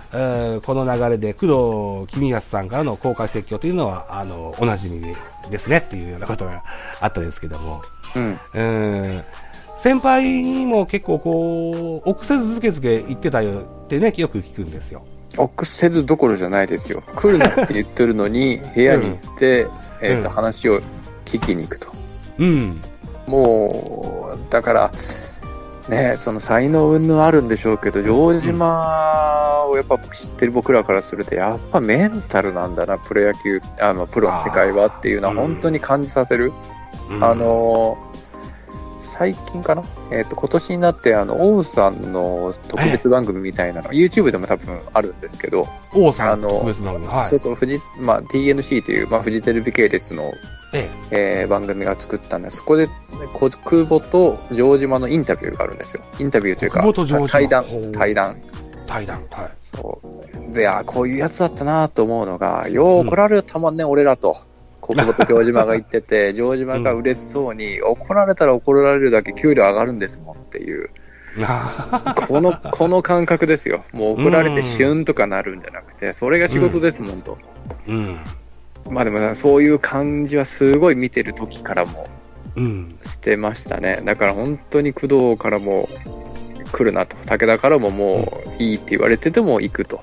この流れで工藤公康さんからの公開説教というのはおなじみですねっていうようなことがあったんですけども、先輩にも結構こう臆せずずけずけ言ってたよってね、よく聞くんですよ。 臆せずどころじゃないですよ。来るなって言ってるのに部屋に行って、話を聞きに行くと。もうだからね、その才能云々あるんでしょうけど、城島をやっぱ知ってる僕らからすると、やっぱメンタルなんだな、プロ野球、プロの世界はっていうのは本当に感じさせる。最近かな、今年になって王さんの特別番組みたいなの、YouTube でも多分あるんですけど、王さんの特別番組、そうそう、TNC という、フジテレビ系列の、番組が作ったんで、そこで久保と城島のインタビューがあるんですよ。インタビューというか対談、そうで、こういうやつだったなと思うのが、よう怒られるたまんね、俺らと。久保と城島が言ってて、城島が嬉しそうに、怒られたら怒られるだけ給料上がるんですもんっていう、この感覚ですよ。もう怒られてシュンとかなるんじゃなくて、それが仕事ですもんと。でもそういう感じはすごい見てる時からもしてましたね。だから本当に工藤からも来るなと、武田からももういいって言われてても行くと。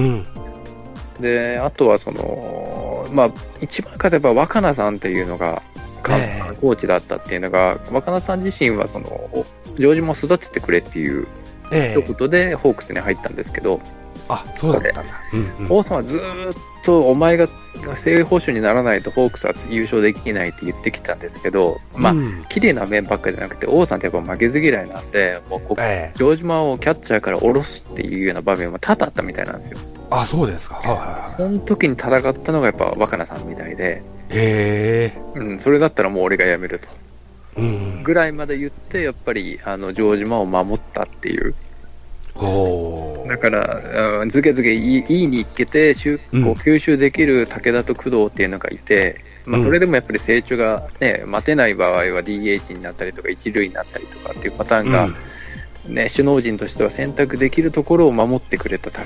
で、あとはその、一番かやっぱ若菜さんっていうのがコーチだったっていうのが、若菜さん自身はその城島を育ててくれっていう一言でホークスに入ったんですけど、 そうだったんだ。 王さんはずーっとお前が正捕手にならないとホークスは優勝できないって言ってきたんですけど、綺麗な面ばっかりじゃなくて、王さんってやっぱ負けず嫌いなんで、もう城島をキャッチャーから下ろすっていうような場面は多々あったみたいなんですよ。 そうですか。 その時に戦ったのがやっぱ若菜さんみたいで、それだったらもう俺が辞めると、ぐらいまで言って、やっぱり城島を守ったっていう。だからずけずけ言いに行けて吸収できる武田と工藤っていうのがいて、それでもやっぱり成長が、待てない場合は DH になったりとか一塁になったりとかっていうパターンが、首脳陣としては選択できるところを守ってくれた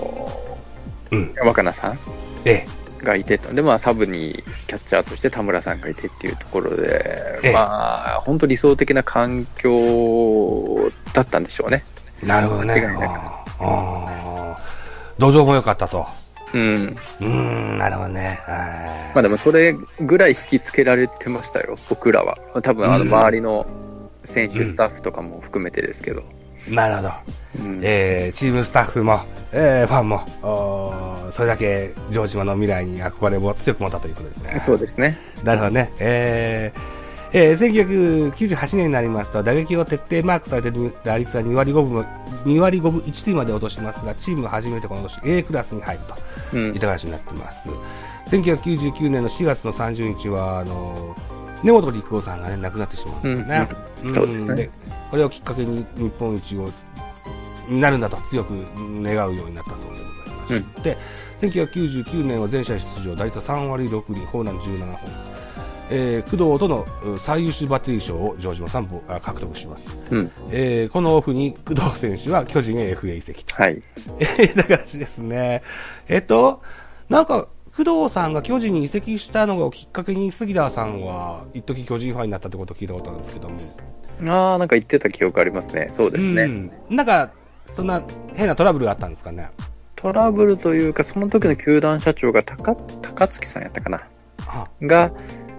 若菜さんがいてと。で、サブにキャッチャーとして田村さんがいてっていうところで、本当理想的な環境だったんでしょうね。 なるほどね。 間違いなく。 土壌も良かったと。 なるほどね。でもそれぐらい引きつけられてましたよ、僕らは。多分周りの選手、スタッフとかも含めてですけど。 なるほど。チームスタッフも、ファンもそれだけ城島の未来に憧れを強く持ったということですね。 そうですね。 なるほどね。1998年になりますと打撃を徹底マークされている打率は2割5分1厘まで落としますが、チームは初めてこの年 A クラスに入るといった形になっています。1999年の4月の30日は根本陸夫さんが、亡くなってしまうんですね。 そうですね。 でこれをきっかけに日本一になるんだと強く願うようになったそうでございまして、1999年は全試合出場、打率は3割6厘、ホームラン17本、工藤との最優秀バッテリー賞を城島さん獲得します。このオフに工藤選手は巨人へ FA 移籍と。だからしですね。なんか工藤さんが巨人に移籍したのをきっかけに杉田さんは一時巨人ファンになったってことを聞いたことあるんですけども。 なんか言ってた記憶ありますね。そうですね。 なんかそんな変なトラブルがあったんですかね。 トラブルというか、その時の球団社長が高槻さんやったかなが、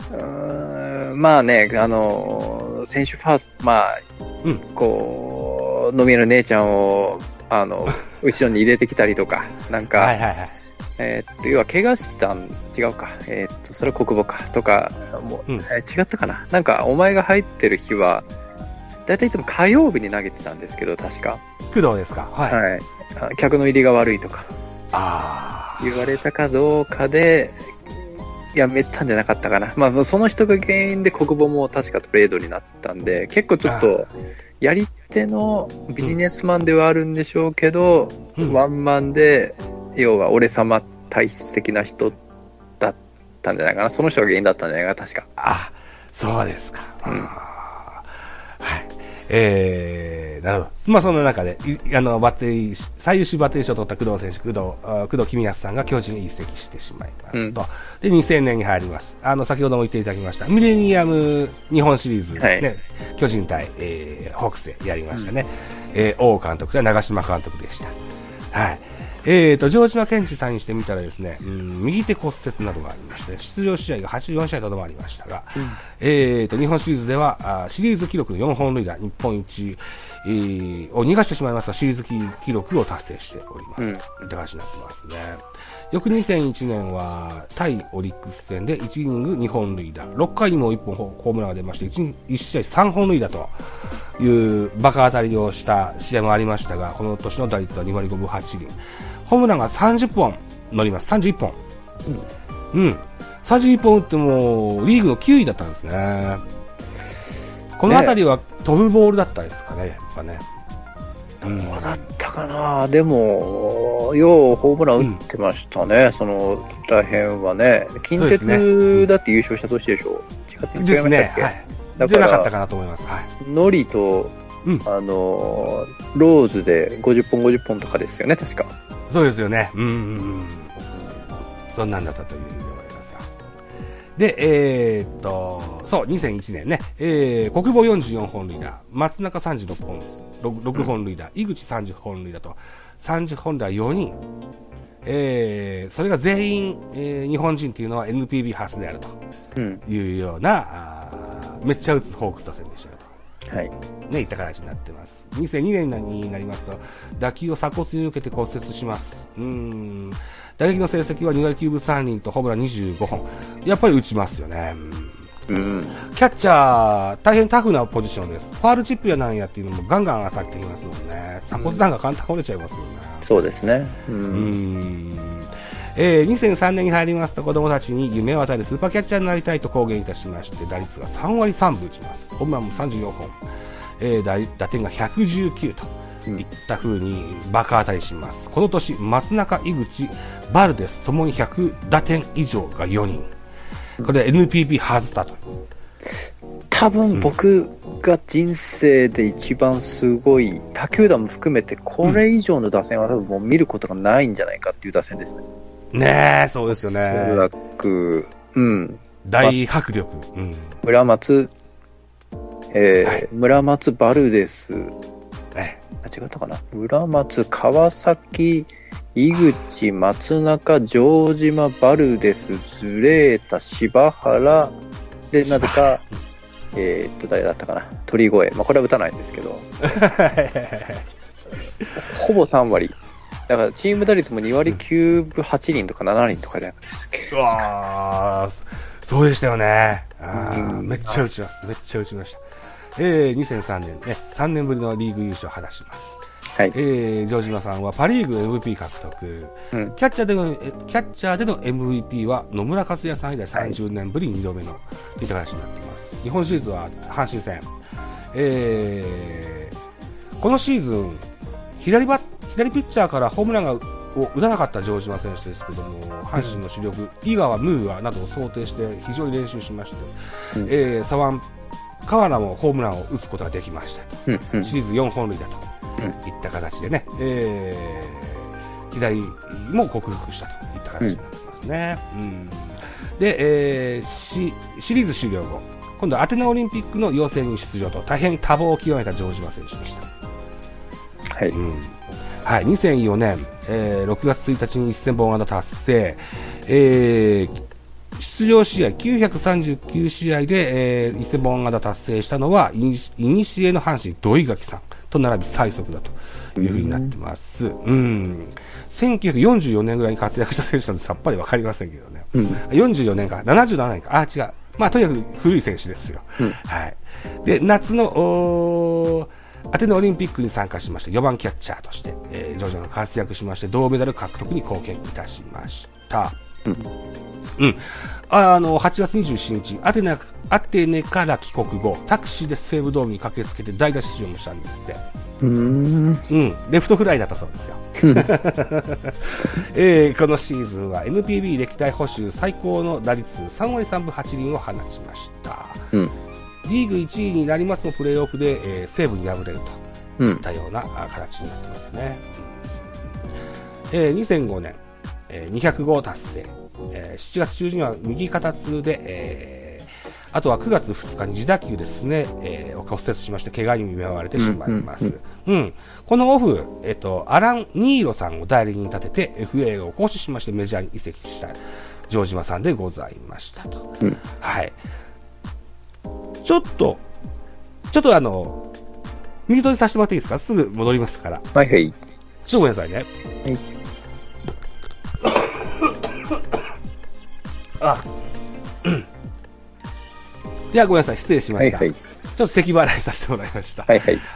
選手ファースト、こう飲み屋の姉ちゃんを後ろに入れてきたりとか、なんか要は怪我したん違うか、それは国母かとかもう、違ったかな。なんかお前が入ってる日はだいたいいつも火曜日に投げてたんですけど、確か工藤ですか。 客の入りが悪いとか言われたかどうかでやめたんじゃなかったかな。その人が原因で国母も確かトレードになったんで、結構ちょっとやり手のビジネスマンではあるんでしょうけど、ワンマンで要は俺様体質的な人だったんじゃないかな。その人が原因だったんじゃないかな、確か。 そうですか。 なるほど。まあそんな中で、バッテリー、最優秀バッテリー賞を取った工藤選手、工藤公康さんが巨人に移籍してしまいますと。で、2000年に入ります。先ほども言っていただきました、ミレニアム日本シリーズ、ね、巨人対、ホークスでやりましたね。王監督と長嶋監督でした。はい。城島健治さんにしてみたらですね、右手骨折などがありまして、出場試合が84試合とどまりましたが、日本シリーズでは、シリーズ記録の4本塁打、日本一、を逃がしてしまいますが、シリーズ記録を達成しております。って感じになってますね。翌2001年は、対オリックス戦で1イニング2本塁打、6回にも1本ホームランが出まして、1試合3本塁打というバカ当たりをした試合もありましたが、この年の打率は2割5分8厘。ホームランが30本乗ります。31本。31本打っても、リーグの9位だったんですね。このあたりは飛ぶボールだったですかね、やっぱね。 どうだったかな。でも、ようホームラン打ってましたね、そのらへんはね。近鉄だって優勝した年でしょ。違ましたっけ？ はい。だから、なかったかなと思います。はい。 ノリと、ローズで50本50本とかですよね、確か。 そうですよね。そんなんだったというでございますよ。で、そう、2001年ね、国母44本塁打、松中36本、6本塁打、井口30本塁打と、30本塁打4人。それが全員、日本人というのは NPB 初であるというような、めっちゃ打つホークス打線でしたよと。はい。ね、いった形になってます。2002年になりますと、打球を鎖骨に受けて骨折します。打撃の成績は2割9分3厘とホームラン25本。やっぱり打ちますよね。キャッチャー、大変タフなポジションです。ファールチップやなんやっていうのもガンガン当たってきますもんね。鎖骨なんか簡単に折れちゃいますよね。 そうですね。 2003年に入りますと子供たちに夢を与えるスーパーキャッチャーになりたいと公言いたしまして、打率が3割3分打ちます。ホームランも34本、打点が119といった風にバカ当たりします。この年、松中、井口、バルデスともに100打点以上が4人。これは NPB 外だと。 多分僕が人生で一番すごい、他球団も含めてこれ以上の打線は多分もう見ることがないんじゃないかっていう打線ですね。 ねえ、そうですよね。 おそらく、 大迫力。 村松、村松バルデス、違ったかな。村松、川崎、井口、松中、城島、バルデス、ズレータ、柴原、で、なぜか、誰だったかな。鳥越。これは打たないんですけど。ほぼ3割。だからチーム打率も2割9分8厘とか7厘とかじゃなかったでしたっけ？ うわー、そうでしたよね。めっちゃ打ちます。めっちゃ打ちました。2003年ね、3年ぶりのリーグ優勝を果たします。はい。城島さんはパリーグ MVP 獲得。キャッチャーでの MVP は野村克也さん以来30年ぶり2度目のといった形になっています。日本シリーズは阪神戦。このシーズン、左ピッチャーからホームランを打たなかった城島選手ですけども、阪神の主力、井川、ムーアなどを想定して非常に練習しまして、左腕、河原もホームランを打つことができましたと。シリーズ4本塁打といった形でね、左も克服したといった形になってますね。で、シリーズ終了後、今度はアテネオリンピックの予選に出場と大変多忙を極めた城島選手でした。はい。はい、2004年、6月1日に1000本安打達成、出場試合939試合で、1000本安打達成したのは、いにしえの阪神、土井垣さんと並び最速だというふうになってます。1944年ぐらいに活躍した選手なんでさっぱりわかりませんけどね。44年か、77年か、違う。とにかく古い選手ですよ。はい。で、夏の、アテネオリンピックに参加しまして4番キャッチャーとして、ジョージアが活躍しまして銅メダル獲得に貢献いたしました。8月27日アテネから帰国後タクシーで西武ドームに駆けつけて代打出場もしたんですって。レフトフライだったそうですよ。このシーズンは NPB 歴代捕手最高の打率3割3分8厘を放ちました。リーグ1位になりますもプレーオフで、西武に敗れるとったような形になってますね。2005年、200号達成、7月中旬には右肩痛で、あとは9月2日に自打球ですね、を骨折しまして怪我に見舞われてしまいます。このオフ、アラン・ニーロさんを代理人に立てて FA を行使しましてメジャーに移籍した城島さんでございましたと。はい。ちょっとミュートにさせてもらっていいですか？すぐ戻りますから。 はいはい。 ちょっとごめんなさいね。はい。ではごめんなさい、失礼しました。ちょっと咳払いさせてもらいました。はい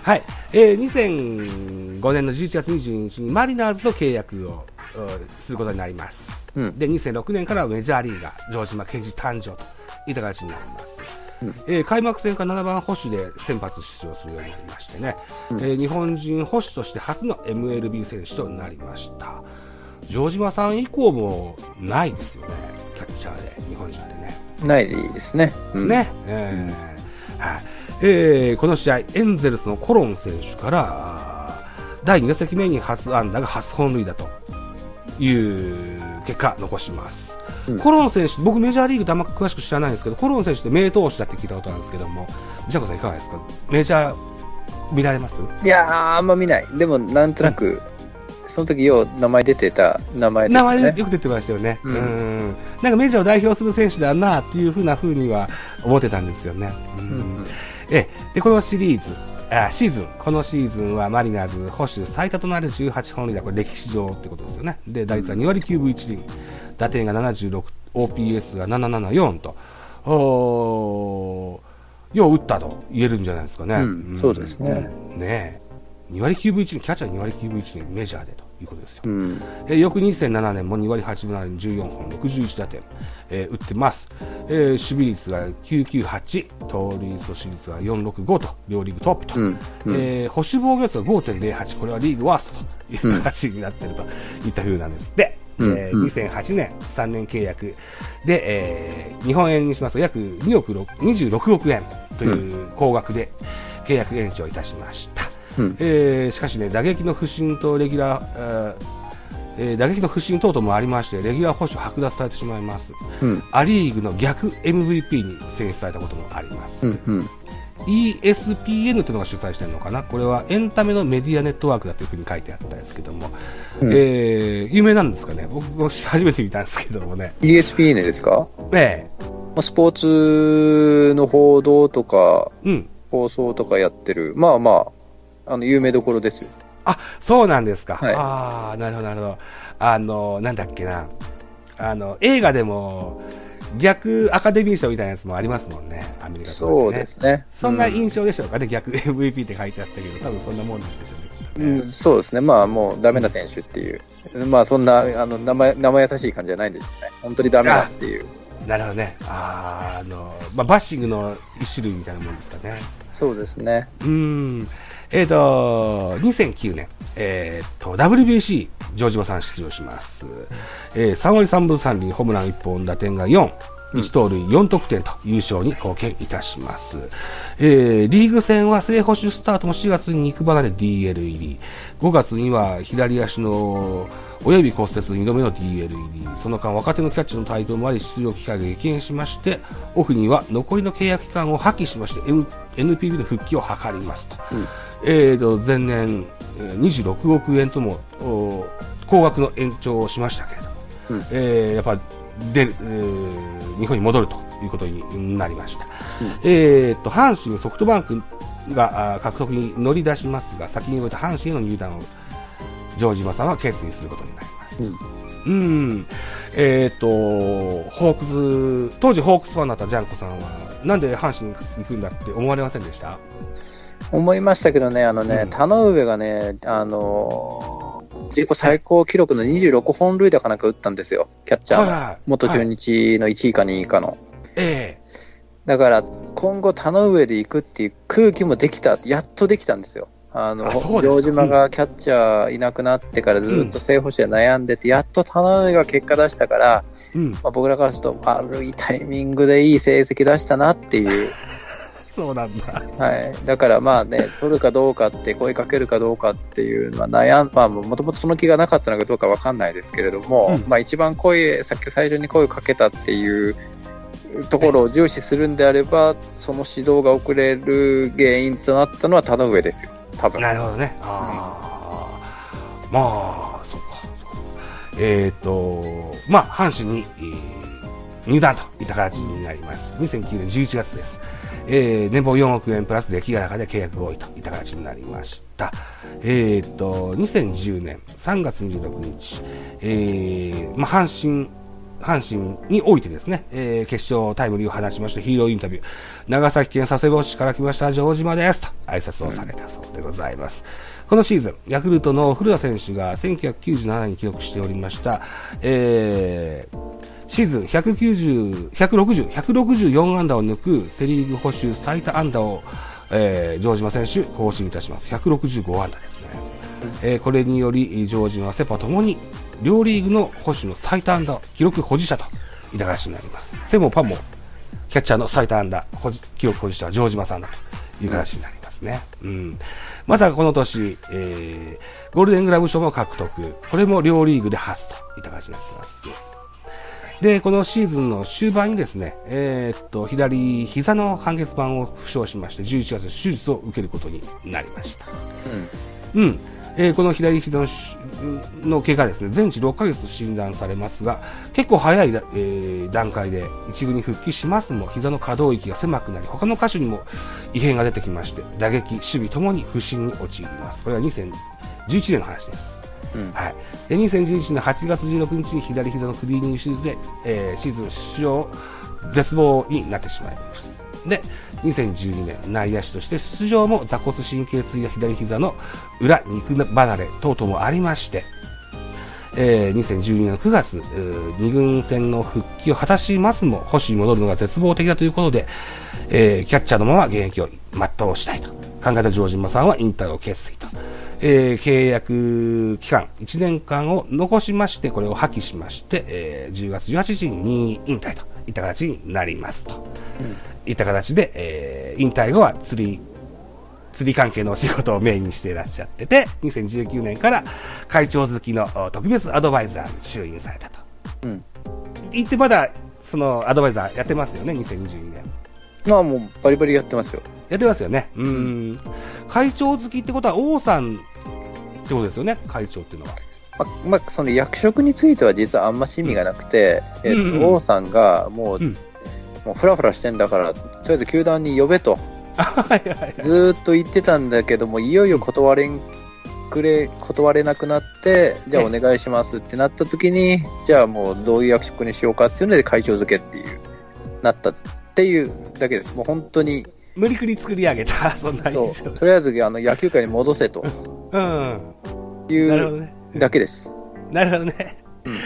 。2005年の11月22日にマリナーズと契約をすることになります。で、2006年からはメジャーリーガー、城島健二誕生といった形になります。開幕戦から7番捕手で先発出場するようになりましてね、日本人捕手として初の MLB 選手となりました。城島さん以降もないですよね、キャッチャーで日本人でね。 ないですね。 この試合エンゼルスのコロン選手から第2打席目に初安打が初本塁打という結果残します。コロン選手、僕メジャーリーグってあんま詳しく知らないんですけど、コロン選手って名投手だって聞いたことあるんですけども、ジャコさんいかがですか？メジャー見られます？ いやー、あんま見ない。でもなんとなく、その時よう名前出てた名前ですね。 名前よく出てましたよね。なんかメジャーを代表する選手だなっていう風には思ってたんですよね。でこのシーズン、このシーズンはマリナーズ捕手最多となる18本塁打、これ歴史上ってことですよね。で打率は2割9分1厘、打点が76、OPS が774と、よう打ったと言えるんじゃないですかね。 そうですね。 2割9分1厘、キャッチャー2割9分1厘、メジャーでということですよ。翌2007年も2割8分7厘、14本、61打点、打ってます。守備率が998、盗塁阻止率が465と、両リーグトップと。保守防御率が 5.08、これはリーグワーストという形になっているといった風なんです。で、2008年3年契約で、日本円にしますと約26億円という高額で契約延長いたしました。しかしね、打撃の不振とレギュラー、打撃の不振等々もありましてレギュラー捕手を剥奪されてしまいます。アリーグの逆 MVP に選出されたこともあります。ESPN というのが主催してるのかな、これはエンタメのメディアネットワークだというふうに書いてあったんですけども、有名なんですかね。僕も初めて見たんですけどもね。 ESPN ですか？スポーツの報道とか、放送とかやってる、有名どころですよ。 あ、そうなんですか。なるほどなるほど。なんだっけな、映画でも逆アカデミー賞みたいなやつもありますもんね、アメリカとかね。 そうですね。 そんな印象でしょうかね、逆 MVP って書いてあったけど、多分そんなもんなんでしょうね。 そうですね。もうダメな選手っていう、そんな生優しい感じじゃないんでしょうね。本当にダメだっていう。 なるほどね。バッシングの一種類みたいなもんですかね。 そうですね。 2009年、WBC 城島さん出場します。3割3分3厘、ホームラン1本、打点が4、1盗塁4得点と優勝に貢献いたします。リーグ戦は正捕手スタートも4月に肉離れ DL 入り、5月には左足の親指骨折2度目の DL 入り、その間若手のキャッチの台頭もあり出場機会が激減しまして、オフには残りの契約期間を破棄しまして NPB の復帰を図りますと。前年26億円とも高額の延長をしましたけれども、やっぱ日本に戻るということになりました。阪神、ソフトバンクが獲得に乗り出しますが、先に終えた阪神への入団を城島さんは決意することになります。ホークス、当時ホークスファンだったジャンコさんはなんで阪神に行くんだって思われませんでした？ 思いましたけどね、田上がね、自己最高記録の26本塁打かなんか打ったんですよ、キャッチャーの。元中日の1位か2位かの。だから、今後田上で行くっていう空気もできた、やっとできたんですよ。城島がキャッチャーいなくなってからずっと正捕手で悩んでて、やっと田上が結果出したから、僕らからすると悪いタイミングでいい成績出したなっていう。 そうなんだ。 はい。だからまあね、取るかどうかって、声かけるかどうかっていうのはまあもともとその気がなかったのかどうかわかんないですけれども、まあ一番最初に声をかけたっていうところを重視するんであれば、その指導が遅れる原因となったのは田上ですよ、多分。 なるほどね。まあ、そうか。まあ、阪神に、入団といった形になります。2009年11月です。年俸4億円プラス出来高で契約合意といった形になりました。2010年3月26日、まあ、阪神においてですね、決勝タイムリーを放ちましたヒーローインタビュー。長崎県佐世保市から来ました城島ですと挨拶をされたそうでございます。このシーズン、ヤクルトの古田選手が1997年に記録しておりました、シーズン164安打を抜くセリーグ捕手最多安打を、城島選手更新いたします。165安打ですね。これにより城島、セパともに両リーグの捕手の最多安打記録保持者といった形になります。セもパンもキャッチャーの最多安打記録保持者は城島さんだという形になりますね。またこの年、ゴールデングラブ賞も獲得。これも両リーグで初といった形になっています。で、このシーズンの終盤にですね、左膝の半月板を負傷しまして、11月手術を受けることになりました。この左膝の怪我ですね、全治6ヶ月と診断されますが、結構早い、段階で一軍に復帰しますも、膝の可動域が狭くなり、他の箇所にも異変が出てきまして、打撃、守備ともに不振に陥ります。これは2011年の話です。で2011年8月16日に左膝のクリーニング手術で、シーズン出場絶望になってしまいます。で2012年内野手として出場も座骨神経痛や左膝の裏肉離れ等々もありまして、2012年の9月2軍戦の復帰を果たしますも捕手に戻るのが絶望的だということで、キャッチャーのまま現役を全うしたいと考えた城島さんは引退を決意と、契約期間1年間を残しましてこれを破棄しまして、10月18日に引退といった形になりますと、いった形で、引退後は釣り関係のお仕事をメインにしていらっしゃってて、2019年から会長好きの特別アドバイザーに就任されたと。言ってまだそのアドバイザーやってますよね、2022年。 まあもうバリバリやってますよ。 やってますよね。会長好きってことは王さんってことですよね、会長っていうのは。 まあ、その役職については実はあんまし意味がなくて、王さんがもうフラフラしてんだから、とりあえず球団に呼べと。ずーっと言ってたんだけども、いよいよ断れなくなって、じゃあお願いしますってなった時に、じゃあもうどういう役職にしようかっていうので会長付けっていうなったっていうだけです。もう本当に無理くり作り上げた、そんなそう、とりあえず野球界に戻せというだけです。 なるほどね。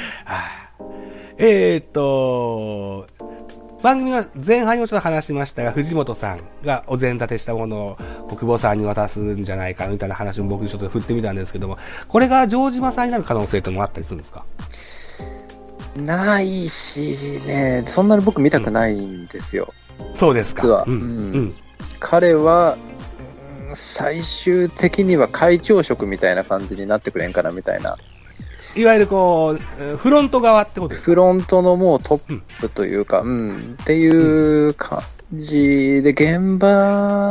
番組の前半にもちょっと話しましたが、藤本さんがお膳立てしたものを国保さんに渡すんじゃないかみたいな話も僕ちょっと振ってみたんですけども、これが城島さんになる可能性というのもあったりするんですか？ ないしね、そんなに僕見たくないんですよ。 そうですか。 実は、彼は最終的には会長職みたいな感じになってくれんかなみたいな。 いわゆるこうフロント側ってことですか？ フロントのもうトップというか、っていう感じで、現場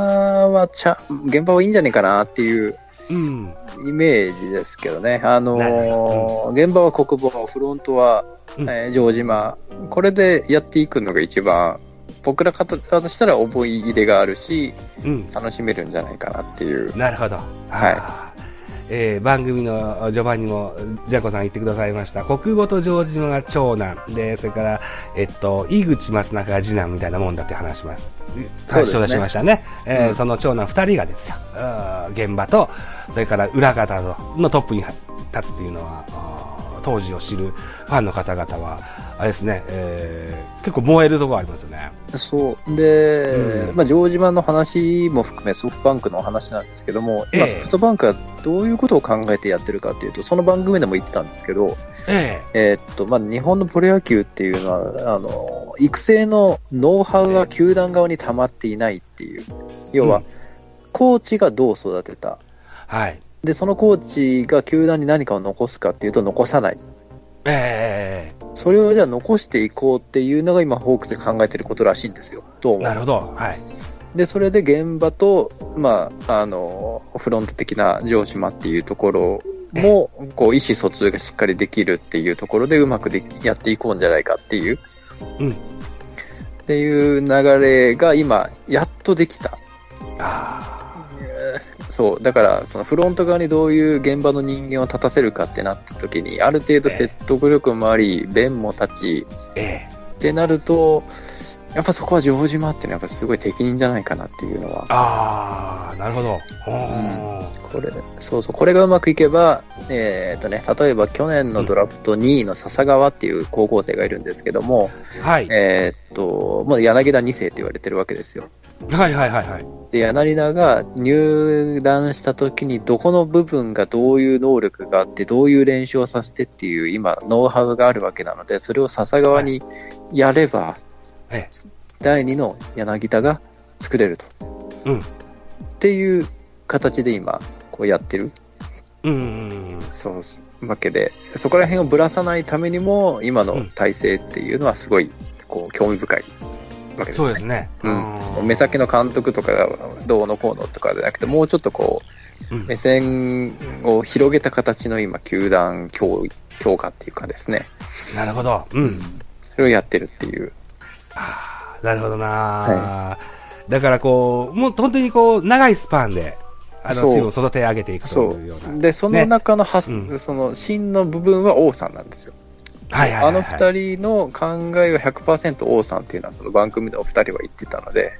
はいいんじゃないかなっていうイメージですけどね。現場は国保、フロントは、城島、これでやっていくのが一番僕ら方としたら思い入れがあるし、楽しめるんじゃないかなっていう。 なるほど。番組の序盤にもジャコさん言ってくださいました国母と城島が長男で、それから井口松中が次男みたいなもんだって話します話をしましたね。その長男2人がですよ、現場とそれから裏方のトップに立つっていうのは、当時を知るファンの方々はあれですね、結構燃えるところありますよね。 そうで、城島の話も含めソフトバンクの話なんですけども、今ソフトバンクはどういうことを考えてやってるかっていうと、その番組でも言ってたんですけど、日本のプロ野球っていうのは育成のノウハウが球団側に溜まっていないっていう。要は、コーチがどう育てた。 はい。 で、そのコーチが球団に何かを残すかっていうと残さない。それをじゃあ残していこうっていうのが今、ホークスで考えてることらしいんですよ。どうも。 なるほど。はい。 で、それで現場と、まあ、フロント的な城島っていうところも、こう、意思疎通がしっかりできるっていうところでうまくやっていこうんじゃないかっていう、っていう流れが今、やっとできた。そう、だから、そのフロント側にどういう現場の人間を立たせるかってなった時に、ある程度説得力もあり、弁も立ち、ってなると、やっぱそこは城島っていうのはやっぱすごい適任じゃないかなっていうのは。 なるほど。 これがうまくいけば、例えば去年のドラフト2位の笹川っていう高校生がいるんですけども、 はい。 もう柳田2世って言われてるわけですよ。 はいはいはいはい。 で、柳田が入団した時にどこの部分がどういう能力があって、どういう練習をさせてっていう今、ノウハウがあるわけなので、それを笹川にやれば、第2の柳田が作れると。っていう形で今、こうやってる。そうわけで、そこら辺をぶらさないためにも、今の体制っていうのはすごい、こう、興味深いわけですね。 そうですね。 その目先の監督とかがどうのこうのとかじゃなくて、もうちょっとこう、目線を広げた形の今、球団強化っていうかですね。 なるほど。 それをやってるっていう。 なるほどな、だからこう、もう本当にこう、長いスパンで、チームを育て上げていくというような。 で、その中のその芯の部分は王さんなんですよ。あの二人の考えは 100% 王さんっていうのはその番組でお二人は言ってたので。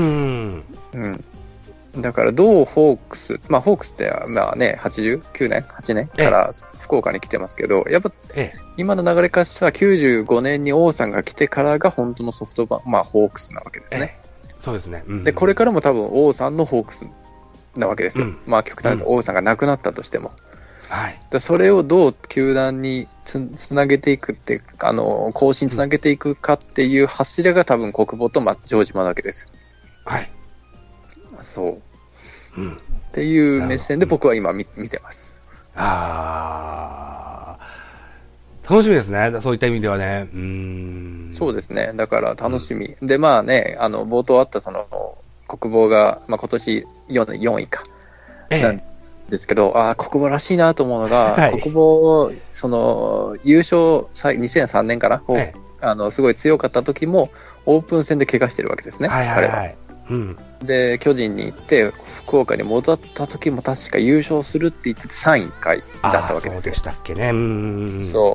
だからどうホークスってまあね、89年 ?8 年から福岡に来てますけど、やっぱ今の流れからしたら95年に王さんが来てからが本当のソフトバンク、ホークスなわけですね。 そうですね。 で、これからも多分王さんのホークスなわけですよ。極端に王さんが亡くなったとしても。それをどう球団につなげていくって、更新つなげていくかっていう柱が多分国母と城島なわけです。そう。っていう目線で僕は今見てます。 楽しみですね。そういった意味ではね。 そうですね。だから楽しみ。で、まあね、冒頭あったその、国母が、今年4位か。なんですけど、国母らしいなと思うのが、国母、その、優勝、2003年かな、すごい強かった時も、オープン戦で怪我してるわけですね、彼は。で、巨人に行って、福岡に戻った時も確か優勝するって言ってて3位回だったわけですよ。 そうでしたっけね。 そう。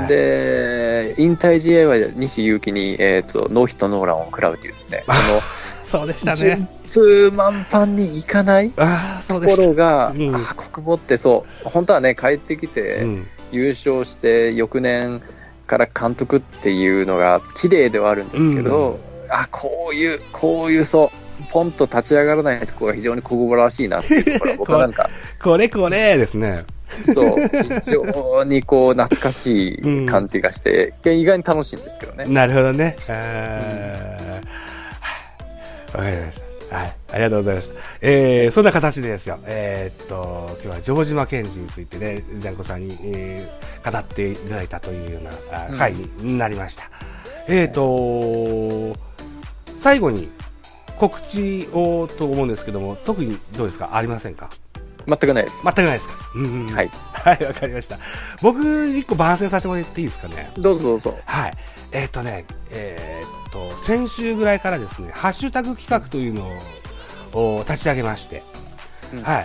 で、引退試合は西勇輝に、ノーヒットノーランを食らうっていうですね。 そうでしたね。 順風満帆にいかないところが、国母って本当はね、帰ってきて、優勝して、翌年から監督っていうのが綺麗ではあるんですけど、こういうポンと立ち上がらないところが非常に国母らしいなっていうところは、僕はなんか、 これですね。 そう、非常にこう、懐かしい感じがして、意外に楽しいんですけどね。 なるほどね。わかりました。ありがとうございました。そんな形でですよ。今日は城島健司についてね、ジャンコさんに、語っていただいたというような回になりました。最後に告知をと思うんですけども、特にどうですか？ありませんか？ 全くないです。 全くないですか？はい。はい、わかりました。僕、一個番宣させてもらっていいですかね？ どうぞどうぞ。 はい。先週ぐらいからですね、ハッシュタグ企画というのを立ち上げまして、はい。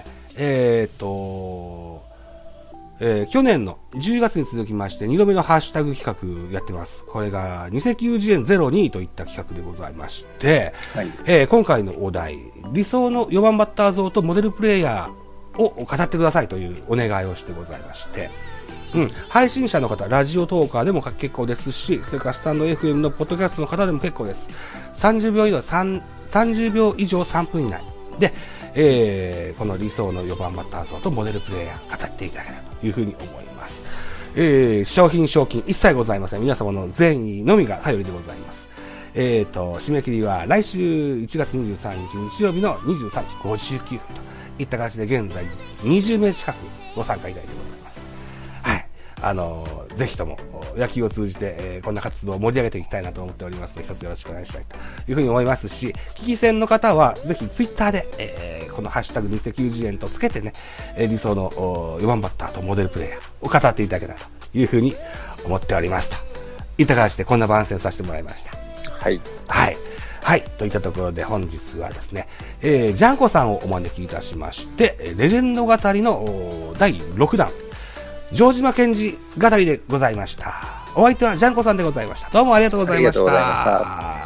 去年の10月に続きまして、2度目のハッシュタグ企画やってます。これが、二石油次元02といった企画でございまして、今回のお題、理想の4番バッター像とモデルプレイヤーを語ってくださいというお願いをしてございまして、配信者の方、ラジオトーカーでも結構ですし、それからスタンド FM のポッドキャストの方でも結構です。30秒以上3分以内で、この理想の4番バッター像とモデルプレイヤー語っていただけたらというふうに思います。賞金一切ございません。皆様の善意のみが頼りでございます。 締め切りは来週1月23日日曜日の23時59分といった形で現在20名近くご参加いただいてございます。はい。ぜひとも野球を通じて、こんな活動を盛り上げていきたいなと思っておりますので、一つよろしくお願いしたいというふうに思いますし、聞き戦の方はぜひツイッターで、このハッシュタグ2090円とつけてね、理想の4番バッターとモデルプレイヤーを語っていただけたらというふうに思っておりますといった形でこんな番宣させてもらいました。 はい。 はい。はい。といったところで本日はですね、ジャンコさんをお招きいたしまして、レジェンド語りの第6弾、城島健二語りでございました。お相手はジャンコさんでございました。どうもありがとうございました。 ありがとうございました。